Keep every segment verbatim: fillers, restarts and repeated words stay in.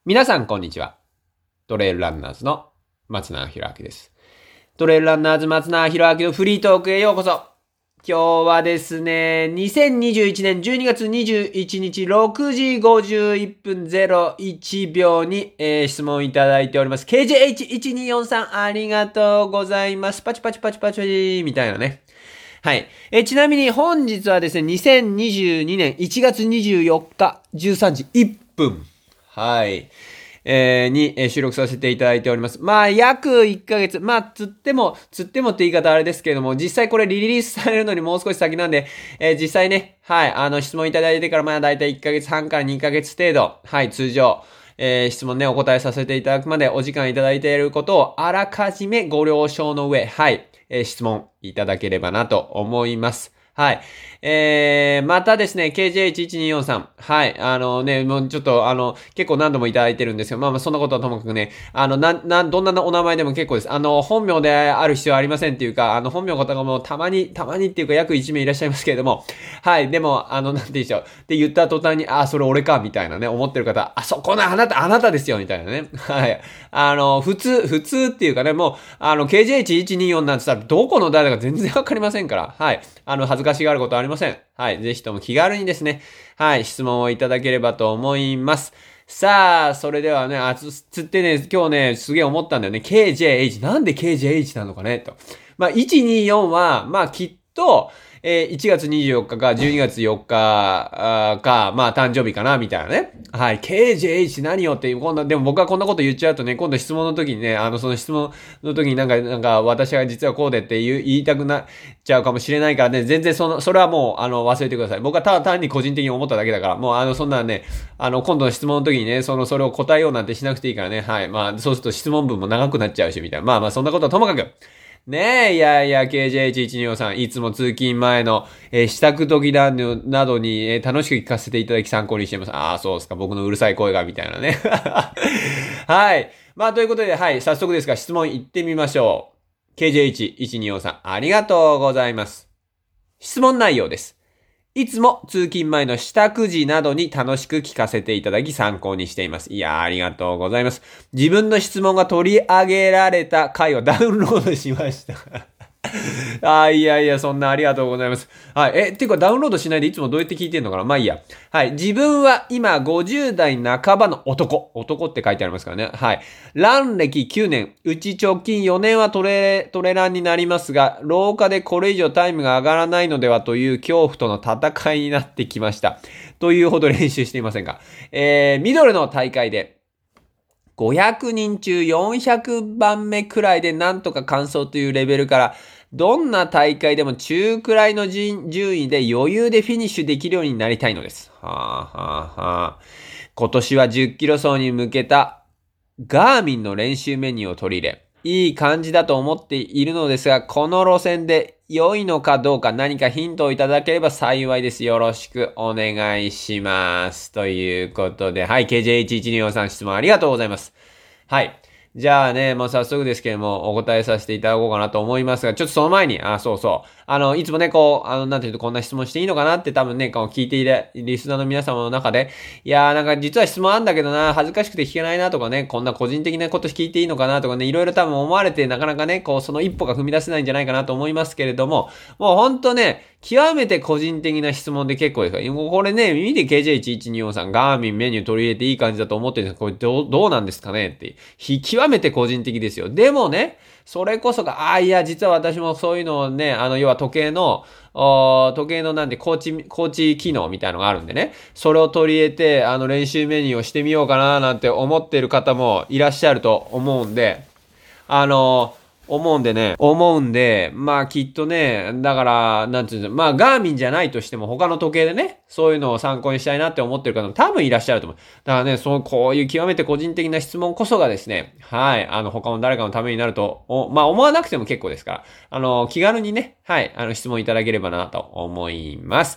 皆さんこんにちは。トレイルランナーズの松永博明です。トレイルランナーズ松永博明のフリートークへようこそ。今日はですね、にせんにじゅういちねんじゅうにがつにじゅういちにちろくじごじゅういっぷんゼロいちびょうに、えー、質問いただいております。ケージェーエイチいちにーよんさん ありがとうございます。パチパチパチパチパチみたいなね。はい。えー、ちなみに本日はですね、にせんにじゅうにねんいちがつにじゅうよっかじゅうさんじいっぷん。はい。えー、に、えー、収録させていただいております。まあ、約いっかげつ。まあ、つっても、つってもって言い方あれですけれども、実際これリリースされるのにもう少し先なんで、えー、実際ね、はい、あの、質問いただいてから、まあ、だいたいいっかげつはんからにかげつ程度、はい、通常、えー、質問ね、お答えさせていただくまでお時間いただいていることをあらかじめご了承の上、はい、えー、質問いただければなと思います。はい。えー、またですね、ケージェーエイチいちにーよんさん。はい。あのね、もうちょっと、あの、結構何度もいただいてるんですよ。まあまあ、そんなことはともかくね、あの、な、な、どんなお名前でも結構です。あの、本名である必要はありませんっていうか、あの、本名の方がもうたまに、たまにっていうか約いちめいいらっしゃいますけれども、はい。でも、あの、なんて言うんでしょう。って言った途端に、あ、それ俺か、みたいなね、思ってる方、あ、そこのあなた、あなたですよ、みたいなね。はい。あの、普通、普通っていうかね、もう、あの、ケージェーエイチいちにーよん なんて言ったら、どこの誰だか全然わかりませんから、はい。あの、恥ずかしがることはありません。はい。ぜひとも気軽にですね、はい、質問をいただければと思います。さあ、それではね、あつ、つってね、今日ね、すげえ思ったんだよね。ケージェーエイチ、なんで ケージェーエイチ なのかね、と。まあ、いちにーよんは、まあ、きっと、えー、いちがつにじゅうよっかかじゅうにがつよっかか、まあ誕生日かな、みたいなね。はい。ケージェーエイチ 何よっていう、今度、でも僕はこんなこと言っちゃうとね、今度質問の時にね、あの、その質問の時になんか、なんか、私は実はこうでって言う言いたくなっちゃうかもしれないからね、全然その、それはもう、あの、忘れてください。僕はただ単に個人的に思っただけだから、もう、あの、そんなね、あの、今度の質問の時にね、その、それを答えようなんてしなくていいからね。はい。まあ、そうすると質問文も長くなっちゃうし、みたいな。まあまあ、そんなことはともかく。ねえ、いやいや、ケージェーエイチいちにーよんさん、いつも通勤前の、えー、支度時などに、えー、楽しく聞かせていただき参考にしています。ああ、そうですか。僕のうるさい声が、みたいなね。はい。まあ、ということで、はい。早速ですが、質問行ってみましょう。ケージェーエイチいちにーよんさん、ありがとうございます。質問内容です。いつも通勤前の支度時などに楽しく聞かせていただき参考にしています。いやー、ありがとうございます。自分の質問が取り上げられた回をダウンロードしました。ああ、いやいや、そんなありがとうございます。はい。え、ていうかダウンロードしないでいつもどうやって聞いてんのかな。まあいいや。はい。自分は今ごじゅうだいなかばの男。男って書いてありますからね。はい。ラン歴きゅうねん。うち直近よねんはトレ、トレランになりますが、廊下でこれ以上タイムが上がらないのではという恐怖との戦いになってきました。というほど練習していませんが。えー、ミドルの大会で、ごひゃくにんちゅうよんひゃくばんめくらいでなんとか完走というレベルから、どんな大会でも中くらいの順位で余裕でフィニッシュできるようになりたいのです。はあ、はあはあ、今年はじゅっキロ走に向けたガーミンの練習メニューを取り入れ、いい感じだと思っているのですが、この路線で良いのかどうか何かヒントをいただければ幸いです。よろしくお願いします。ということで、はい、ケージェーエイチいちにーよんさん質問ありがとうございます。はい。じゃあね、もう早速ですけれども、お答えさせていただこうかなと思いますが、ちょっとその前に、あ、そうそう。あの、いつもね、こう、あの、なんていうと、こんな質問していいのかなって多分ね、こう聞いているリスナーの皆様の中で、いやーなんか実は質問あんだけどな、恥ずかしくて聞けないなとかね、こんな個人的なこと聞いていいのかなとかね、いろいろ多分思われて、なかなかね、こう、その一歩が踏み出せないんじゃないかなと思いますけれども、もうほんとね、極めて個人的な質問で結構ですから、これね、見て ケージェーいちいちにーよんさん、ガーミンメニュー取り入れていい感じだと思ってるんですけど、これどう、どうなんですかねって、極めて個人的ですよ。でもね、それこそが、ああ、いや、実は私もそういうのをね、あの、要は時計の、時計のなんで、コーチ、コーチ機能みたいなのがあるんでね、それを取り入れて、あの、練習メニューをしてみようかな、なんて思ってる方もいらっしゃると思うんで、あの、思うんでね、思うんで、まあきっとね、だから、なんていうの、まあガーミンじゃないとしても他の時計でね、そういうのを参考にしたいなって思ってる方も多分いらっしゃると思う。だからね、そう、こういう極めて個人的な質問こそがですね、はい、あの、他の誰かのためになると、おまあ思わなくても結構ですから、あの、気軽にね、はい、あの、質問いただければなと思います。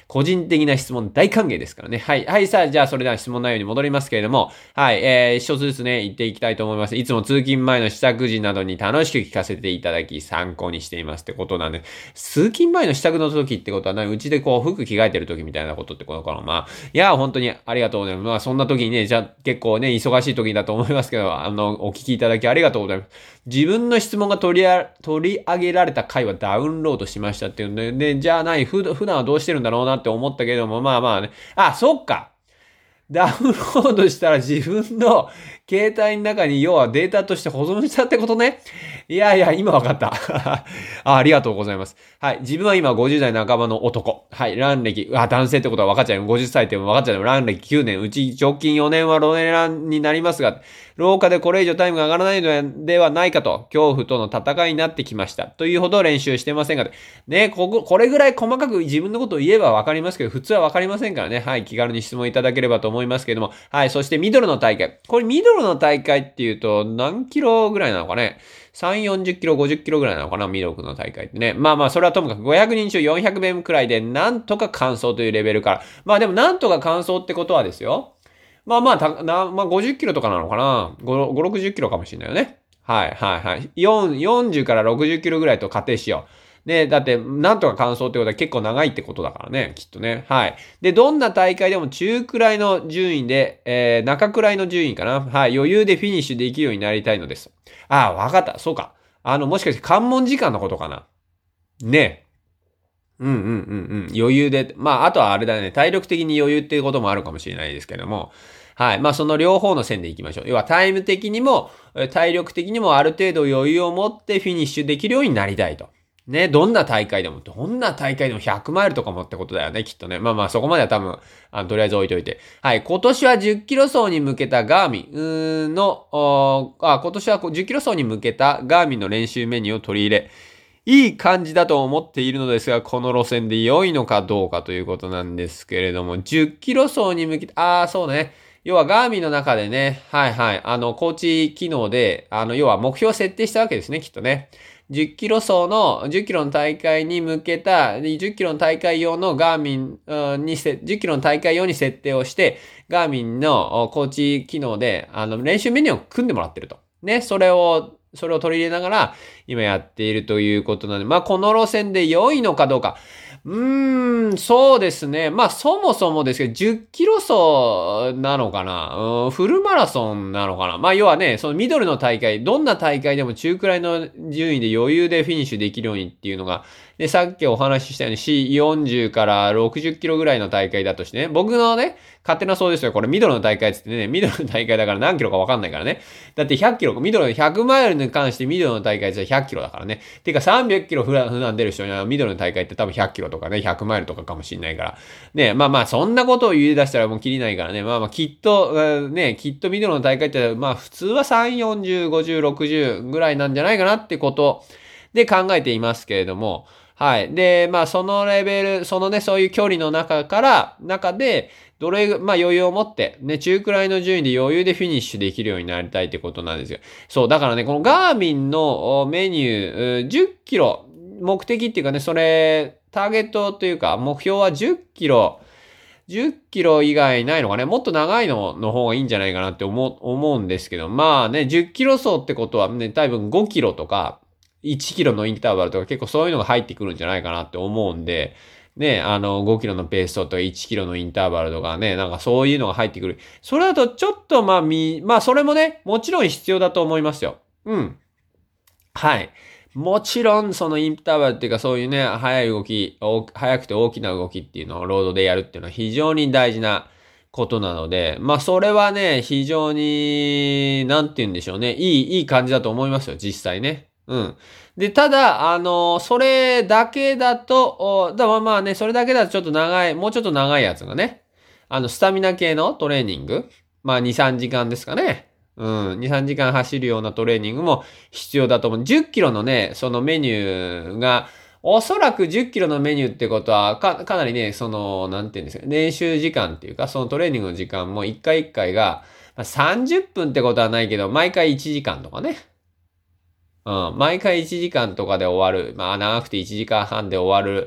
個人的な質問大歓迎ですからね。はい。はい。さあ、じゃあそれでは質問内容に戻りますけれども、はい。えー、一つずつね、言っていきたいと思います。いつも通勤前の支度時などに楽しく聞かせていただき、参考にしていますってことなんで、通勤前の支度の時ってことはね、うちでこう、服着替えてる時みたいなことってことかな。まあ、いや、本当にありがとうございます。まあ、そんな時にね、じゃあ結構ね、忙しい時だと思いますけど、あの、お聞きいただきありがとうございます。自分の質問が取りあ、取り上げられた回はダウンロードしましたっていうんで、で、じゃあない、ふ、普段はどうしてるんだろうなって思ったけども、まあまあね。あ、そっかダウンロードしたら自分の携帯の中に要はデータとして保存したってことね。いやいや、今わかった。あ。ありがとうございます。はい。自分は今ごじゅう代半ばの男。はい。ラン歴、あ、男性ってことは分かっちゃうよ。ごじゅっさいって分かっちゃうよ。ラン歴きゅうねん。うち直近よねんはロネランになりますが、廊下でこれ以上タイムが上がらないのではないかと、恐怖との戦いになってきました。というほど練習してませんが、ね、ここ、これぐらい細かく自分のことを言えば分かりますけど、普通は分かりませんからね。はい。気軽に質問いただければと思いますけれども。はい。そしてミドルの大会。これミドルの大会っていうと何キロぐらいなのかね。さん、よんじゅっキロ、ごじゅっキロぐらいなのかな、ミドルの大会ってね。まあまあ、それはともかくごひゃくにん中よんひゃくめんくらいで、なんとか完走というレベルから。まあでも、なんとか完走ってことはですよ。まあまあ、たなまあ、ごじゅっキロとかなのかな。ご、ご、ろくじゅっキロかもしれないよね。はい、はい、はい。よん、よんじゅうからろくじゅっキロぐらいと仮定しよう。ね、だって、なんとか完走ってことは結構長いってことだからね、きっとね。はい。で、どんな大会でも中くらいの順位で、えー、中くらいの順位かな。はい。余裕でフィニッシュできるようになりたいのです。ああ、わかった。そうか。あの、もしかして関門時間のことかな。ね。うんうんうんうん。余裕で。まあ、あとはあれだね。体力的に余裕っていうこともあるかもしれないですけども。はい。まあ、その両方の線でいきましょう。要はタイム的にも、体力的にもある程度余裕を持ってフィニッシュできるようになりたいと。ね。どんな大会でも、どんな大会でもひゃくマイルとかもってことだよね。きっとね。まあまあ、そこまでは多分、あのとりあえず置いといて。はい。今年はじゅっキロ走に向けたガーミンの、あ、今年はじゅっキロ走に向けたガーミンの練習メニューを取り入れ、いい感じだと思っているのですが、この路線で良いのかどうかということなんですけれども、じゅっキロ走に向けて、ああ、そうね。要はガーミンの中でね、はいはい、あの、コーチ機能で、あの、要は目標を設定したわけですね、きっとね。じゅっキロ走の、じゅっキロの大会に向けた、じゅっキロの大会用のガーミンにせ、じゅっキロの大会用に設定をして、ガーミンのコーチ機能で、あの、練習メニューを組んでもらってると。ね、それを、それを取り入れながら、今やっているということなので、まあ、この路線で良いのかどうか。うーん、そうですね。まあ、そもそもですけど、じゅっキロ走なのかな、うん、フルマラソンなのかな。まあ、要はね、そのミドルの大会、どんな大会でも中くらいの順位で余裕でフィニッシュできるようにっていうのが、で、さっきお話ししたように シーよんじゅう からろくじゅっキロぐらいの大会だとしてね、僕のね、勝手なそうですよ。これミドルの大会ってってね、ミドルの大会だから何キロかわかんないからね。だってひゃっキロ、ミドルのひゃくマイルに関してミドルの大会ってひゃっキロだからね。てかさんびゃくキロ普段普段出る人にはミドルの大会って多分ひゃっキロとかね、ひゃくマイルとかかもしんないから。ね、まあまあそんなことを言い出したらもうきりないからね。まあまあきっと、ね、きっとミドルの大会ってまあ普通はさん、よんじゅう、ごじゅう、ろくじゅうぐらいなんじゃないかなってことで考えていますけれども、はい。で、まあ、そのレベル、そのね、そういう距離の中から、中で、どれ、まあ余裕を持って、ね、中くらいの順位で余裕でフィニッシュできるようになりたいってことなんですよ。そう、だからね、このガーミンのメニュー、じゅっキロ、目的っていうかね、それ、ターゲットというか、目標はじゅっキロ、じゅっキロ以外ないのかね、もっと長いのの方がいいんじゃないかなって思う、思うんですけど、まあね、じゅっキロ走ってことはね、多分ごキロとか、いちキロのインターバルとか結構そういうのが入ってくるんじゃないかなって思うんで、ね、あの、ごキロのペーストといちキロのインターバルとかね、なんかそういうのが入ってくる。それだとちょっとまあみ、まあそれもね、もちろん必要だと思いますよ。うん。はい。もちろんそのインターバルっていうかそういうね、速い動き、速くて大きな動きっていうのをロードでやるっていうのは非常に大事なことなので、まあそれはね、非常に、なんて言うんでしょうね。いい、いい感じだと思いますよ、実際ね。うん。で、ただ、あの、それだけだと、だまあまあね、それだけだとちょっと長い、もうちょっと長いやつがね、あの、スタミナ系のトレーニング、まあに、さんじかんですかね。うん、に、さんじかん走るようなトレーニングも必要だと思う。じゅっキロのね、そのメニューが、おそらくじゅっキロのメニューってことは、か、かなりね、その、なんていうんですか、練習時間っていうか、そのトレーニングの時間も一回一回が、まあ、さんじゅっぷんってことはないけど、毎回いちじかんとかね。うん。毎回いちじかんとかで終わる。まあ長くていちじかんはんで終わる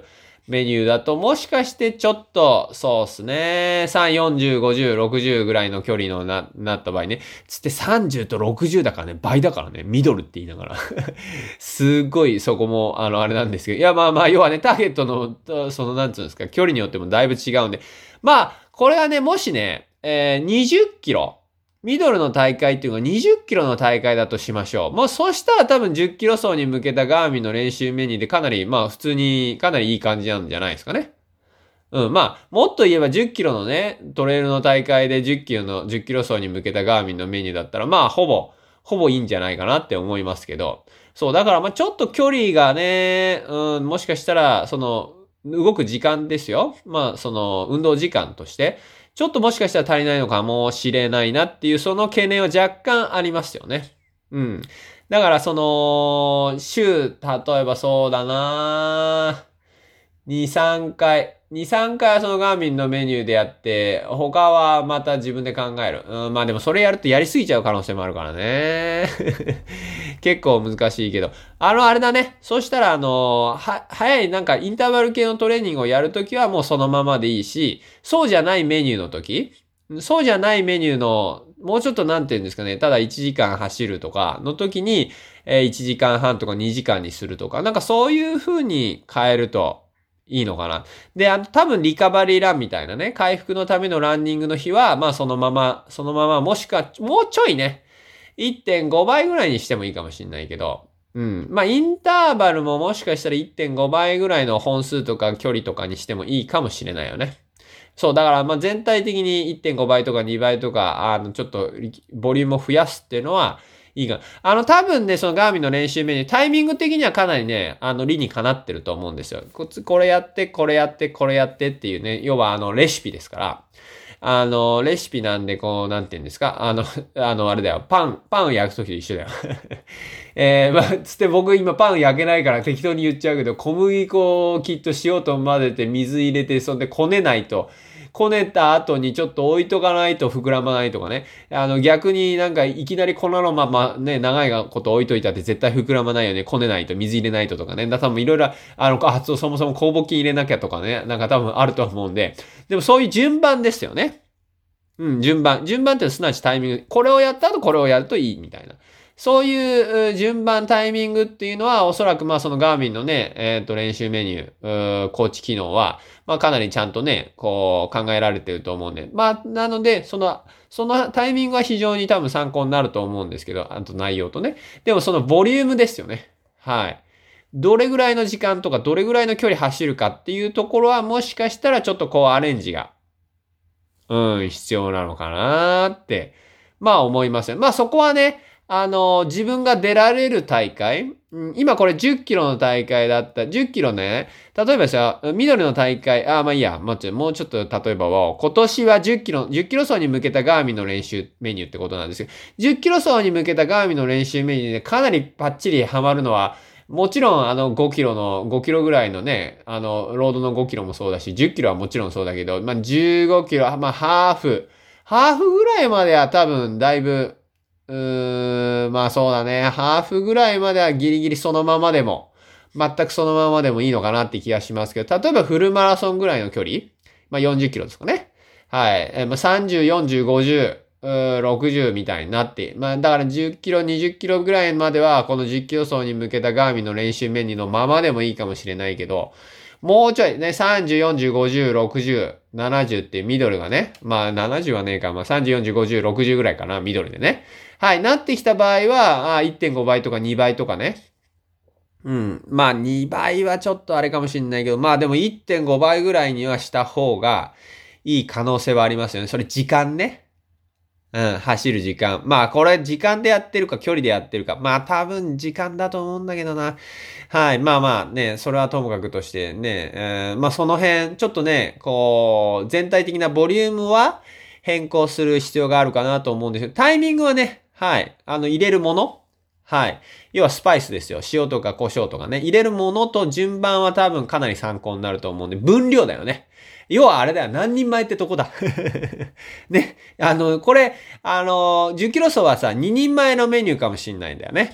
メニューだと、もしかしてちょっと、そうっすね。さん、よんじゅう、ごじゅう、ろくじゅうぐらいの距離のな、なった場合ね。つってさんじゅうとろくじゅうだからね、倍だからね、ミドルって言いながら。すっごいそこも、あの、あれなんですけど。いや、まあまあ、要はね、ターゲットの、その、なんつうんですか、距離によってもだいぶ違うんで。まあ、これはね、もしね、えー、にじゅっキロ。ミドルの大会っていうのがにじゅっキロの大会だとしましょう。もうそしたら多分じゅっキロ走に向けたガーミンの練習メニューでかなり、まあ普通にかなりいい感じなんじゃないですかね。うん、まあ、もっと言えばじゅっキロのね、トレイルの大会でじゅっキロの、じゅっキロ走に向けたガーミンのメニューだったら、まあほぼ、ほぼいいんじゃないかなって思いますけど。そう、だからまあちょっと距離がね、うん、もしかしたら、その、動く時間ですよ。まあ、その、運動時間として。ちょっともしかしたら足りないのかもしれないなっていう、その懸念は若干ありますよね。うん。だから、その、週、例えばそうだなに、さんかい。に、さんかいはそのガーミンのメニューでやって、他はまた自分で考える。うん、まあでもそれやるとやりすぎちゃう可能性もあるからね。結構難しいけど。あの、あれだね。そしたら、あの、は、早いなんかインターバル系のトレーニングをやるときはもうそのままでいいし、そうじゃないメニューのとき、そうじゃないメニューの、もうちょっとなんて言うんですかね、ただいちじかん走るとかの時に、えー、いちじかんはんとかにじかんにするとか、なんかそういう風に変えるといいのかな。で、あの、多分リカバリーランみたいなね、回復のためのランニングの日は、まあそのまま、そのまま、もしくは、もうちょいね、いってんごばいぐらいにしてもいいかもしれないけど、うん。まあ、インターバルももしかしたら いってんごばいぐらいの本数とか距離とかにしてもいいかもしれないよね。そう、だからまあ全体的に いってんごばいとかにばいとか、あの、ちょっとボリュームを増やすっていうのはいいかな。あの、多分ね、そのガーミンの練習メニュー、タイミング的にはかなりね、あの、理にかなってると思うんですよ。ここれやって、これやって、これやってっていうね、要はあの、レシピですから。あの、レシピなんで、こう、なんて言うんですかあの、あの、あれだよ。パン、パン焼くときと一緒だよ。えー、まあ、つって僕今パン焼けないから適当に言っちゃうけど、小麦粉をきっと塩と混ぜて水入れて、そんでこねないと、こねた後にちょっと置いとかないと膨らまないとかね。あの逆になんかいきなり粉のままね、長いこと置いといたって絶対膨らまないよね。こねないと水入れないととかね。だ多分いろいろ、あの、あ、そもそも酵母菌入れなきゃとかね。なんか多分あると思うんで。でもそういう順番ですよね。うん、順番。順番ってすなわちタイミング。これをやった後これをやるといいみたいな。そういう順番タイミングっていうのはおそらくまあそのガーミンのね、えっと練習メニュー、コーチ機能はまあかなりちゃんとね、こう考えられてると思うんで。まあなので、その、そのタイミングは非常に多分参考になると思うんですけど、あと内容とね。でもそのボリュームですよね。はい。どれぐらいの時間とかどれぐらいの距離走るかっていうところはもしかしたらちょっとこうアレンジがうん、必要なのかなって、まあ思いますよ。まあそこはね、あの、自分が出られる大会、うん、今これじゅっキロの大会だった。じゅっキロね。例えばさ、緑の大会、あ、まあいいや、もうちょもうちょっと例えばは、今年はじゅっキロ、じゅっキロ走に向けたガーミンの練習メニューってことなんですけど、じゅっキロ走に向けたガーミンの練習メニューでかなりパッチリハマるのは、もちろん、あの、ごキロの、ごキロぐらいのね、あの、ロードのごキロもそうだし、じゅっキロはもちろんそうだけど、まあ、じゅうごキロ、まあ、ハーフ、ハーフぐらいまでは多分、だいぶ、うーん、まあそうだね、ハーフぐらいまではギリギリそのままでも、全くそのままでもいいのかなって気がしますけど、例えばフルマラソンぐらいの距離、まあよんじゅっキロですかね。はい。えまあ、さんじゅう、よんじゅう、ごじゅう、ろくじゅうみたいになって、まあだからじゅっキロ、にじゅっキロぐらいまではこのじゅっキロ走に向けたガーミンの練習メニューのままでもいいかもしれないけど、もうちょいね、さんじゅう、よんじゅう、ごじゅう、ろくじゅう、ななじゅうっていうミドルがね、まあななじゅうはねえか、まあさんじゅう、よんじゅう、ごじゅう、ろくじゅうぐらいかな、ミドルでね。はい、なってきた場合は、あ いってんごばいとかにばいとかね。うん。まあにばいはちょっとあれかもしれないけど、まあでも いってんごばいぐらいにはした方がいい可能性はありますよね。それ時間ね。うん、走る時間。まあ、これ時間でやってるか、距離でやってるか。まあ、多分時間だと思うんだけどな。はい。まあまあね、それはともかくとしてね、えーまあその辺、ちょっとね、こう、全体的なボリュームは変更する必要があるかなと思うんですけど、タイミングはね、はい。あの、入れるものはい。要はスパイスですよ。塩とか胡椒とかね。入れるものと順番は多分かなり参考になると思うんで、分量だよね。要はあれだよ。何人前ってとこだ。ね。あの、これ、あの、じゅっキロ走はさ、ににんまえのメニューかもしんないんだよね。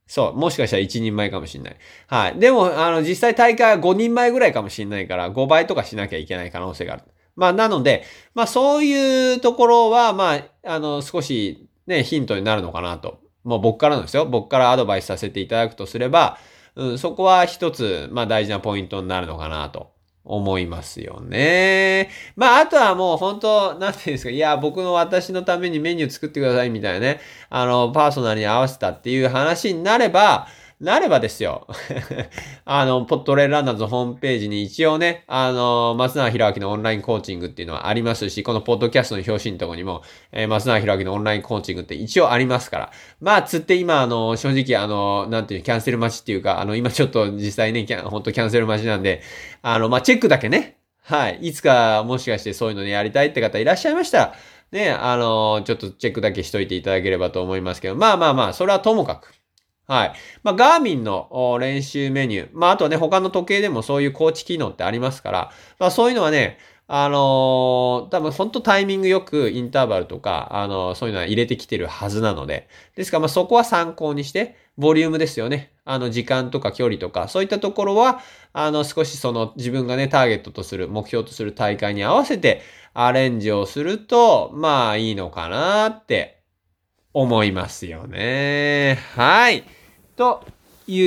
そう、もしかしたら一人前かもしれない。はい。でも、あの、実際大会はごにんまえぐらいかもしれないから、ごばいとかしなきゃいけない可能性がある。まあ、なので、まあ、そういうところは、まあ、あの、少しね、ヒントになるのかなと。もう僕からのですよ。僕からアドバイスさせていただくとすれば、うん、そこは一つ、まあ、大事なポイントになるのかなと。思いますよね。まあ、あとはもう本当、なんていうんですか、いや、僕の私のためにメニュー作ってくださいみたいなね、あの、パーソナルに合わせたっていう話になれば、なればですよ。あの、ポットレールランナーズのホームページに一応ね、あの、松永博明のオンラインコーチングっていうのはありますし、このポッドキャストの表紙のところにも、えー、松永博明のオンラインコーチングって一応ありますから。まあ、つって今、あの、正直、あの、なんていう、キャンセル待ちっていうか、あの、今ちょっと実際ね、本当キャンセル待ちなんで、あの、まあ、チェックだけね、はい。いつかもしかしてそういうのにやりたいって方いらっしゃいましたら、ね、あの、ちょっとチェックだけしといていただければと思いますけど、まあまあまあ、それはともかく。はい。まあ、ガーミンの練習メニュー。まあ、あとはね、他の時計でもそういうコーチ機能ってありますから、まあ、そういうのはね、あのー、多分本当タイミングよくインターバルとか、あのー、そういうのは入れてきてるはずなので。ですから、まあ、そこは参考にして、ボリュームですよね。あの、時間とか距離とか、そういったところは、あの、少しその自分がね、ターゲットとする、目標とする大会に合わせてアレンジをすると、まあ、いいのかなって思いますよね。はい。という、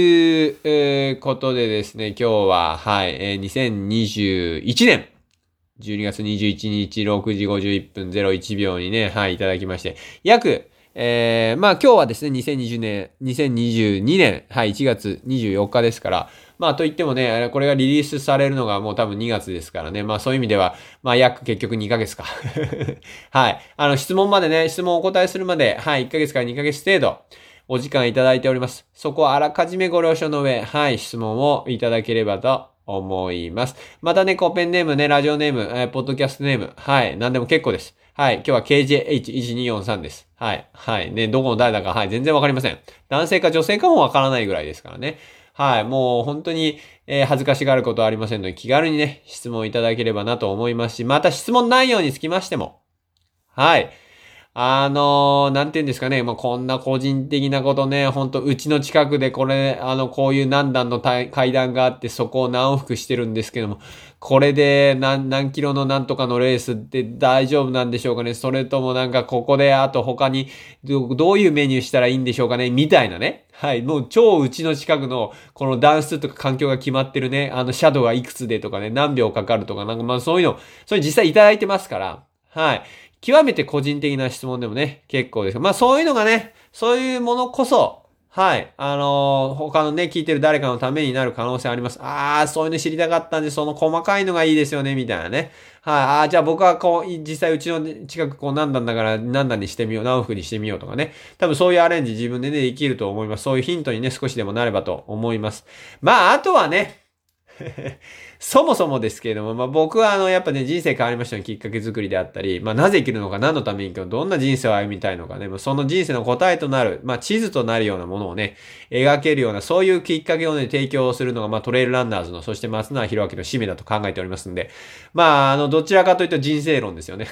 えー、ことでですね、今日は、はい、えー、にせんにじゅういちねん、じゅうにがつにじゅういちにちろくじごじゅういっぷんゼロいちびょうにね、はい、いただきまして、約、えー、まあ今日はですね、にせんにじゅうねん、にせんにじゅうにねん、はい、いちがつにじゅうよっかですから、まあといってもね、これがリリースされるのがもう多分にがつですからね、まあそういう意味では、まあ約結局にかげつか。はい。あの質問までね、質問をお答えするまで、はい、いっかげつからにかげつ程度、お時間いただいております。そこはあらかじめご了承の上、はい、質問をいただければと思います。またね、こうペンネームね、ラジオネーム、えー、ポッドキャストネーム、はい、何でも結構です。はい、今日は ケージェーエイチいちにーよんさん です。はい、はい、ね、どこの誰だか、はい、全然わかりません。男性か女性かもわからないぐらいですからね。はい、もう本当に、えー、恥ずかしがることはありませんので、気軽にね、質問いただければなと思いますし、また質問内容につきましても、はい、あのー、なんて言うんですかね。もうこんな個人的なことね、ほんとうちの近くでこれ、あの、こういう何段の階段があってそこを何往復してるんですけども、これで何、何キロのなんとかのレースって大丈夫なんでしょうかね。それともなんかここであと他にど、どういうメニューしたらいいんでしょうかね。みたいなね。はい。もう超うちの近くのこの段数とか環境が決まってるね。あの、シャドウがいくつでとかね、何秒かかるとか、なんかまあそういうの、それ実際いただいてますから。はい。極めて個人的な質問でもね、結構です。まあそういうのがね、そういうものこそ、はい。あのー、他のね、聞いてる誰かのためになる可能性あります。ああ、そういうの知りたかったんで、その細かいのがいいですよね、みたいなね。はい。ああ、じゃあ僕はこう、実際うちの近くこう何段だから何段にしてみよう、何往復にしてみようとかね。多分そういうアレンジ自分でね、できると思います。そういうヒントにね、少しでもなればと思います。まあ、あとはね、そもそもですけれども、まあ僕はあの、やっぱね、人生変わりましたのきっかけ作りであったり、まあなぜ生きるのか、何のために生きるのか、どんな人生を歩みたいのかね、その人生の答えとなる、まあ地図となるようなものをね、描けるような、そういうきっかけをね、提供するのが、まあトレイルランナーズの、そして松永博明の使命だと考えておりますんで、まああの、どちらかというと人生論ですよね。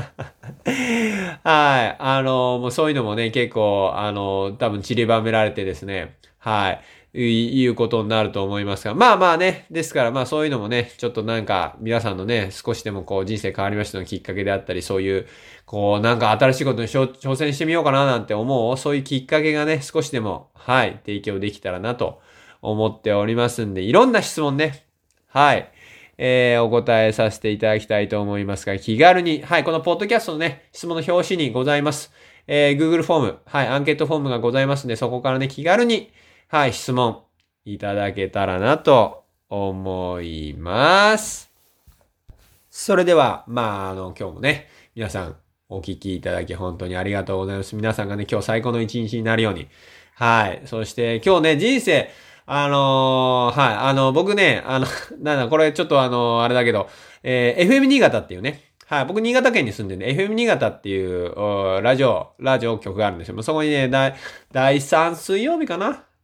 はい。あの、もうそういうのもね、結構、あの、多分散りばめられてですね、はい。いうことになると思いますが。まあまあね。ですからまあそういうのもね、ちょっとなんか皆さんのね、少しでもこう人生変わりましたのきっかけであったり、そういう、こうなんか新しいことに挑戦してみようかななんて思う、そういうきっかけがね、少しでも、はい、提供できたらなと思っておりますんで、いろんな質問ね、はい。えー、お答えさせていただきたいと思いますが、気軽に、はい、このポッドキャストのね、質問の表紙にございます。えー、Google フォーム、はい、アンケートフォームがございますので、そこからね、気軽に、はい、質問いただけたらなと思います。それでは、まあ、あの、今日もね、皆さんお聞きいただき本当にありがとうございます。皆さんがね、今日最高の一日になるように。はい。そして今日ね、人生、あのー、はい、あの、僕ね、あの、なんだ、これちょっとあの、あれだけど、えー、エフエム 新潟っていうね、はい、僕新潟県に住んでね、エフエム 新潟っていうラジオ、ラジオ局があるんですよ。そこにね、だい、だいさん水曜日かな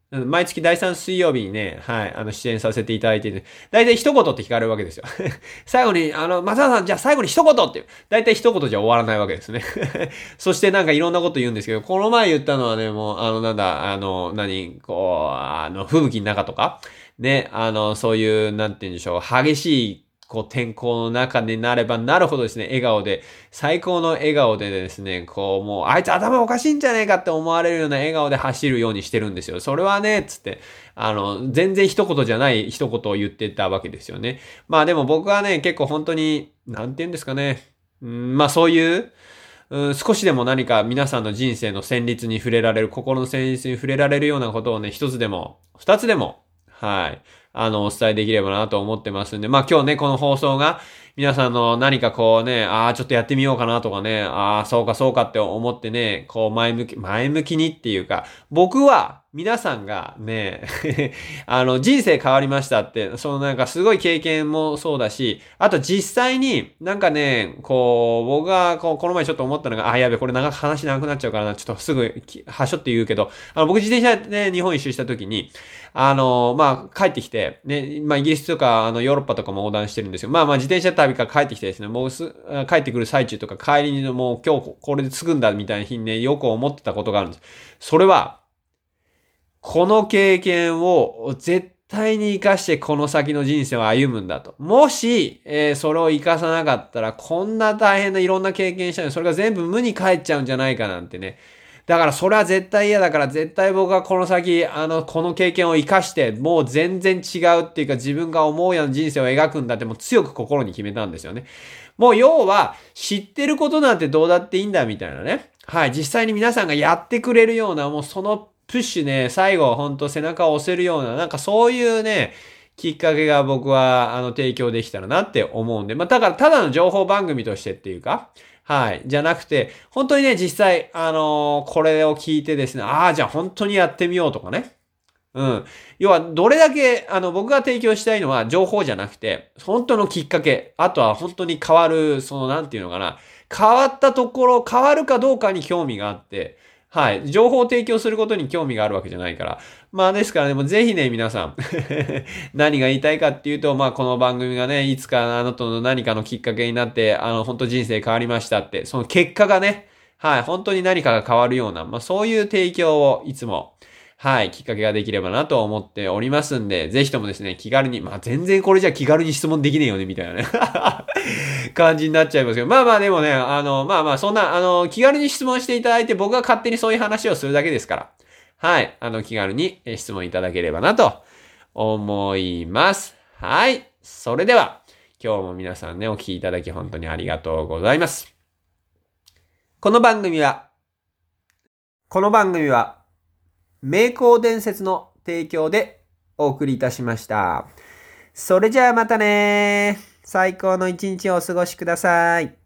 毎月だいさん水曜日にね、はい、あの、出演させていただいてて、だいたい一言って聞かれるわけですよ。最後に、あの、松田さん、じゃあ最後に一言って、だいたい一言じゃ終わらないわけですね。そしてなんかいろんなこと言うんですけど、この前言ったのはね、もう、あの、なんだ、あの、何、こう、あの、吹雪の中とか、ね、あの、そういう、なんて言うんでしょう、激しい、こう、天候の中になればなるほどですね、笑顔で、最高の笑顔でですね、こう、もう、あいつ頭おかしいんじゃねえかって思われるような笑顔で走るようにしてるんですよ。それはね、つって、あの、全然一言じゃない一言を言ってたわけですよね。まあでも僕はね、結構本当に、なんて言うんですかね。うん、まあそういう、うん、少しでも何か皆さんの人生の旋律に触れられる、心の旋律に触れられるようなことをね、一つでも、二つでも、はい。あの、お伝えできればなと思ってますんで、まあ今日ね、この放送が、皆さんの何かこうね、ああ、ちょっとやってみようかなとかね、ああ、そうかそうかって思ってね、こう前向き、前向きにっていうか、僕は皆さんがね、あの、人生変わりましたって、そのなんかすごい経験もそうだし、あと実際になんかね、こう、僕がこう、この前ちょっと思ったのが、あ、やべ、これ長く話長くなっちゃうからな、ちょっとすぐ、はしょって言うけど、あの、僕自転車で日本一周した時に、あの、まあ、帰ってきて、ね、まあ、イギリスとか、あの、ヨーロッパとかも横断してるんですよ。まあまあ、自転車旅から帰ってきてですね、もうす、帰ってくる最中とか帰りにもう今日これで着くんだみたいな日にね、よく思ってたことがあるんです。それは、この経験を絶対に活かしてこの先の人生を歩むんだと。もし、えー、それを活かさなかったら、こんな大変ないろんな経験したのに、それが全部無に返っちゃうんじゃないかなんてね。だからそれは絶対嫌だから、絶対僕はこの先、あの、この経験を活かして、もう全然違うっていうか自分が思うような人生を描くんだってもう強く心に決めたんですよね。もう要は、知ってることなんてどうだっていいんだみたいなね。はい、実際に皆さんがやってくれるような、もうそのプッシュね、最後ほんと背中を押せるような、なんかそういうね、きっかけが僕は、あの、提供できたらなって思うんで、まあ、だからただの情報番組としてっていうか、はい。じゃなくて、本当にね、実際、あのーこれを聞いてですね、ああ、じゃあ本当にやってみようとかね。うん。要は、どれだけ、あの、僕が提供したいのは情報じゃなくて、本当のきっかけ。あとは本当に変わる、その、なんていうのかな。変わったところ、変わるかどうかに興味があって、はい。情報を提供することに興味があるわけじゃないから。まあですからね、もうぜひね、皆さん。何が言いたいかっていうと、まあこの番組がね、いつかあなたの何かのきっかけになって、あの、本当人生変わりましたって、その結果がね、はい、本当に何かが変わるような、まあそういう提供をいつも、はい、きっかけができればなと思っておりますんで、ぜひともですね、気軽に、まあ全然これじゃ気軽に質問できねえよね、みたいなね感じになっちゃいますけど、まあまあでもね、あの、まあまあそんな、あの、気軽に質問していただいて、僕が勝手にそういう話をするだけですから、はい、あの、気軽に質問いただければなと思います。はい、それでは、今日も皆さんね、お聞きいただき本当にありがとうございます。この番組は、この番組は、名工伝説の提供でお送りいたしました。それじゃあまたね。最高の一日をお過ごしください。